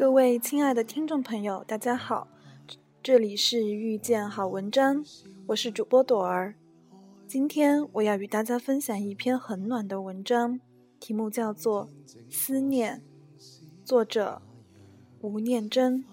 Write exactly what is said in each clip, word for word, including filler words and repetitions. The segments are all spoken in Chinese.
各位亲爱的听众朋友，大家好，这里是遇见好文章，我是主播朵儿。今天我要与大家分享一篇很暖的文章，题目叫做《思念》，作者吴念真。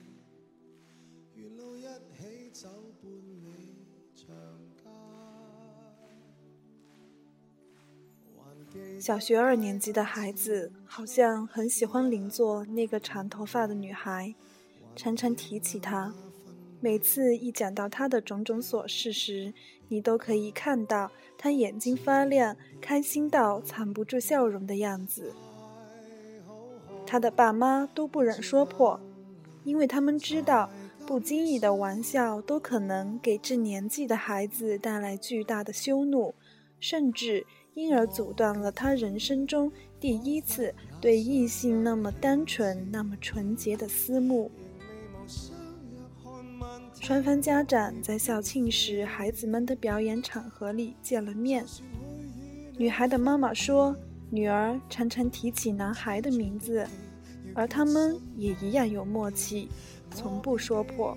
小学二年级的孩子好像很喜欢邻座那个长头发的女孩，常常提起她。每次一讲到她的种种琐事时，你都可以看到她眼睛发亮，开心到藏不住笑容的样子。她的爸妈都不忍说破，因为他们知道不经意的玩笑都可能给这年纪的孩子带来巨大的羞怒，甚至因而阻断了他人生中第一次对异性那么单纯、那么纯洁的思慕。双方家长在校庆时孩子们的表演场合里见了面。女孩的妈妈说，女儿常常提起男孩的名字，而他们也一样有默契，从不说破。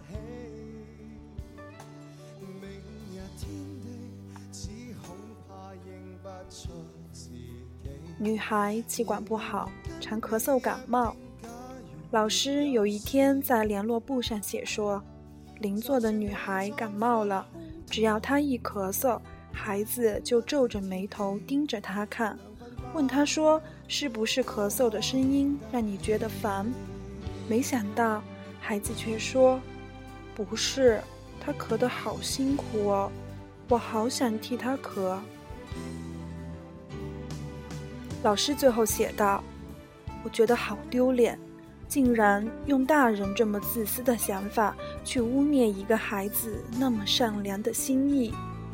女孩气管不好，常咳嗽感冒。老师有一天在联络簿上写说，邻座的女孩感冒了，只要她一咳嗽，孩子就皱着眉头盯着她看，问她说是不是咳嗽的声音让你觉得烦。没想到孩子却说，不是，她咳得好辛苦哦，我好想替她咳。老师最后写道，我觉得好丢脸，竟然用大人这么自私的想法去污蔑一个孩子那么善良的心意。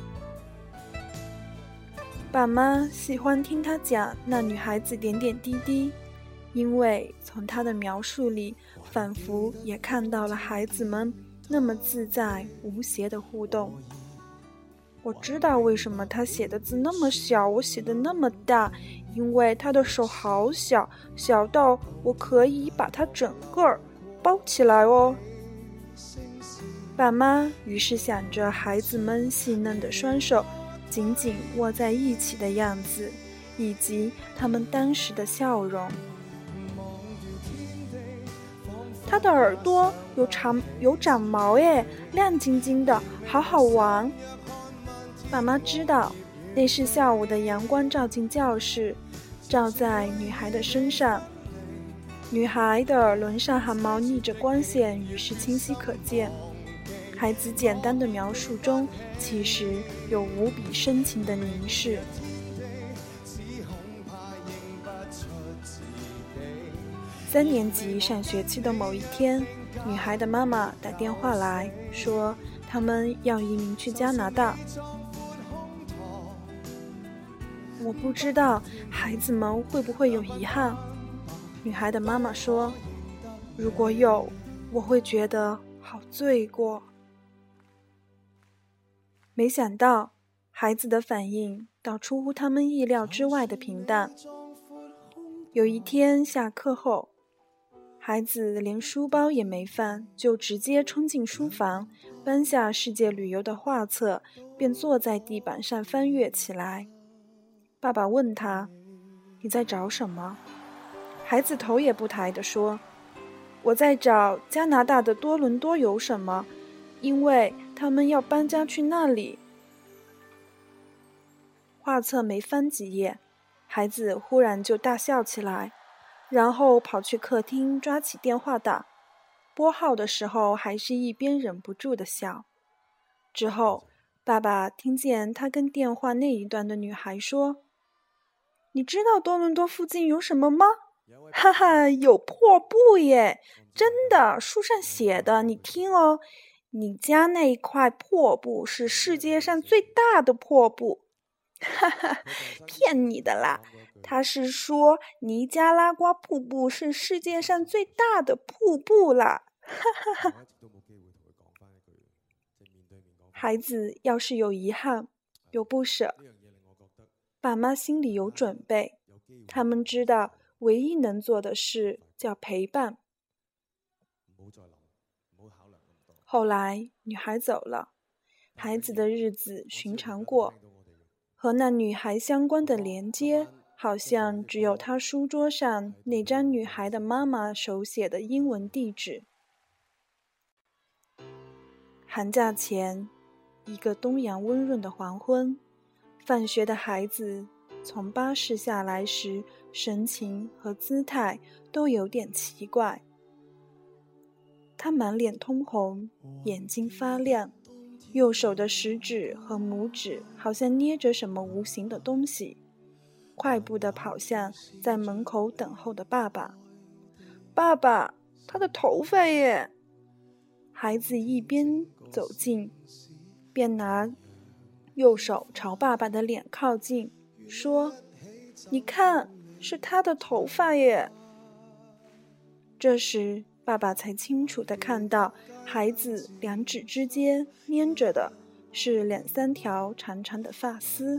爸妈喜欢听他讲那女孩子点点滴滴，因为从他的描述里仿佛也看到了孩子们那么自在无邪的互动。我知道为什么他写的字那么小，我写的那么大，因为他的手好小，小到我可以把它整个包起来哦。爸妈于是想着孩子们细嫩的双手紧紧握在一起的样子，以及他们当时的笑容。他的耳朵有长有长毛耶，亮晶晶的，好好玩。爸妈知道那是下午的阳光照进教室，照在女孩的身上，女孩的耳轮上汗毛逆着光线，于是清晰可见。孩子简单的描述中其实有无比深情的凝视。三年级上学期的某一天，女孩的妈妈打电话来说，他们要移民去加拿大。我不知道孩子们会不会有遗憾，女孩的妈妈说，如果有，我会觉得好罪过。没想到孩子的反应倒出乎他们意料之外的平淡。有一天下课后，孩子连书包也没放，就直接冲进书房，搬下世界旅游的画册，便坐在地板上翻阅起来。爸爸问他，你在找什么？孩子头也不抬地说，我在找加拿大的多伦多有什么，因为他们要搬家去那里。画册没翻几页，孩子忽然就大笑起来，然后跑去客厅抓起电话打，拨号的时候还是一边忍不住的笑。之后爸爸听见他跟电话那一端的女孩说，你知道多伦多附近有什么吗？哈哈，有破布耶，真的，书上写的，你听哦，你家那一块破布是世界上最大的破布。哈哈，骗你的啦，他是说尼加拉瓜瀑布是世界上最大的瀑布啦。哈哈哈。孩子要是有遗憾，有不舍，爸妈心里有准备，他们知道唯一能做的事叫陪伴。 后来女孩走了，孩子的日子寻常过，和那女孩相关的连接好像只有他书桌上那张女孩的妈妈手写的英文地址。寒假前，一个东阳温润的黄昏，放学的孩子从巴士下来时，神情和姿态都有点奇怪。他满脸通红，眼睛发亮，右手的食指和拇指好像捏着什么无形的东西，快步地跑向在门口等候的爸爸。爸爸，他的头发耶！孩子一边走近，便拿右手朝爸爸的脸靠近，说：你看，是他的头发耶！这时爸爸才清楚地看到，孩子两指之间粘着的是两三条长长的发丝。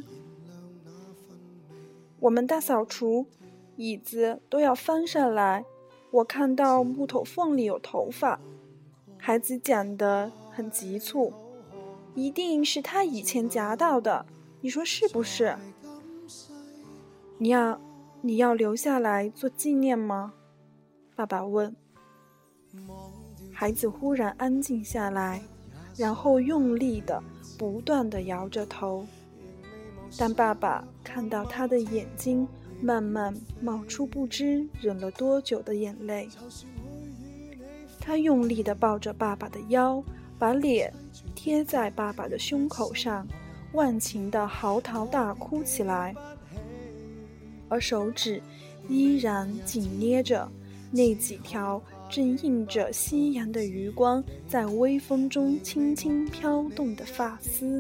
我们大扫除，椅子都要翻上来，我看到木头缝里有头发。孩子讲得很急促，一定是他以前夹到的，你说是不是？你要你要留下来做纪念吗？爸爸问。孩子忽然安静下来，然后用力地不断地摇着头。但爸爸看到他的眼睛慢慢冒出不知忍了多久的眼泪。他用力地抱着爸爸的腰，把脸贴在爸爸的胸口上，忘情地嚎啕大哭起来，而手指依然紧捏着那几条正映着夕阳的余光在微风中轻轻飘动的发丝。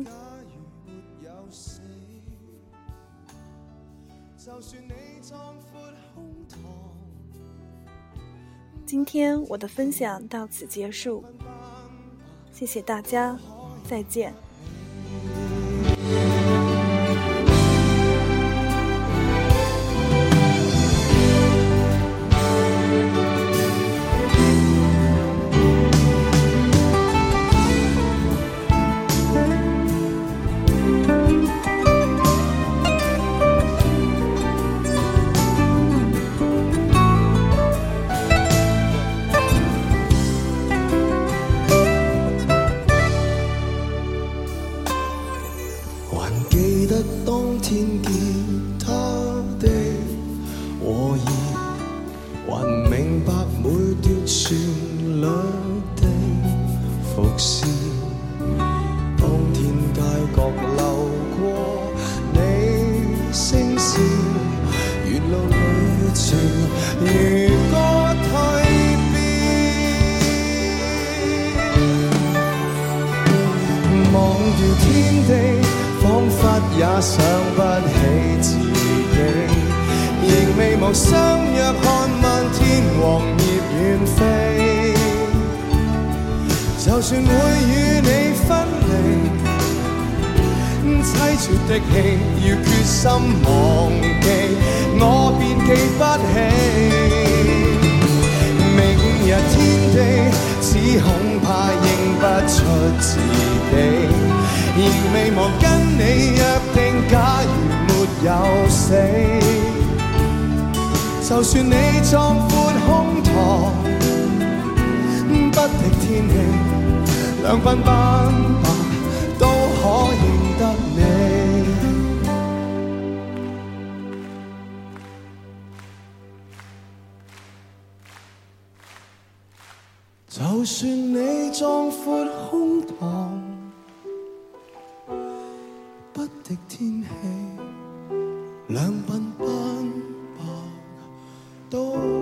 今天我的分享到此结束，谢谢大家，再见。 當天結他的和弦，還明白每段旋律的伏線。當天街角流過你聲線，沿路旅程如歌蛻變，忘掉天地。彷彿也想不起自己，仍未忘相約看漫天黃葉遠飛。就算會與你分離，凄絕的戲要決心忘記，我便記不起。明日天地，只恐怕認不出自己。仍未忘跟你約定，假如沒有死，就算你壯闊胸膛，不敵天氣，兩鬢斑白都可認得你。就算你壯闊胸膛，不敵天氣，兩鬢斑白都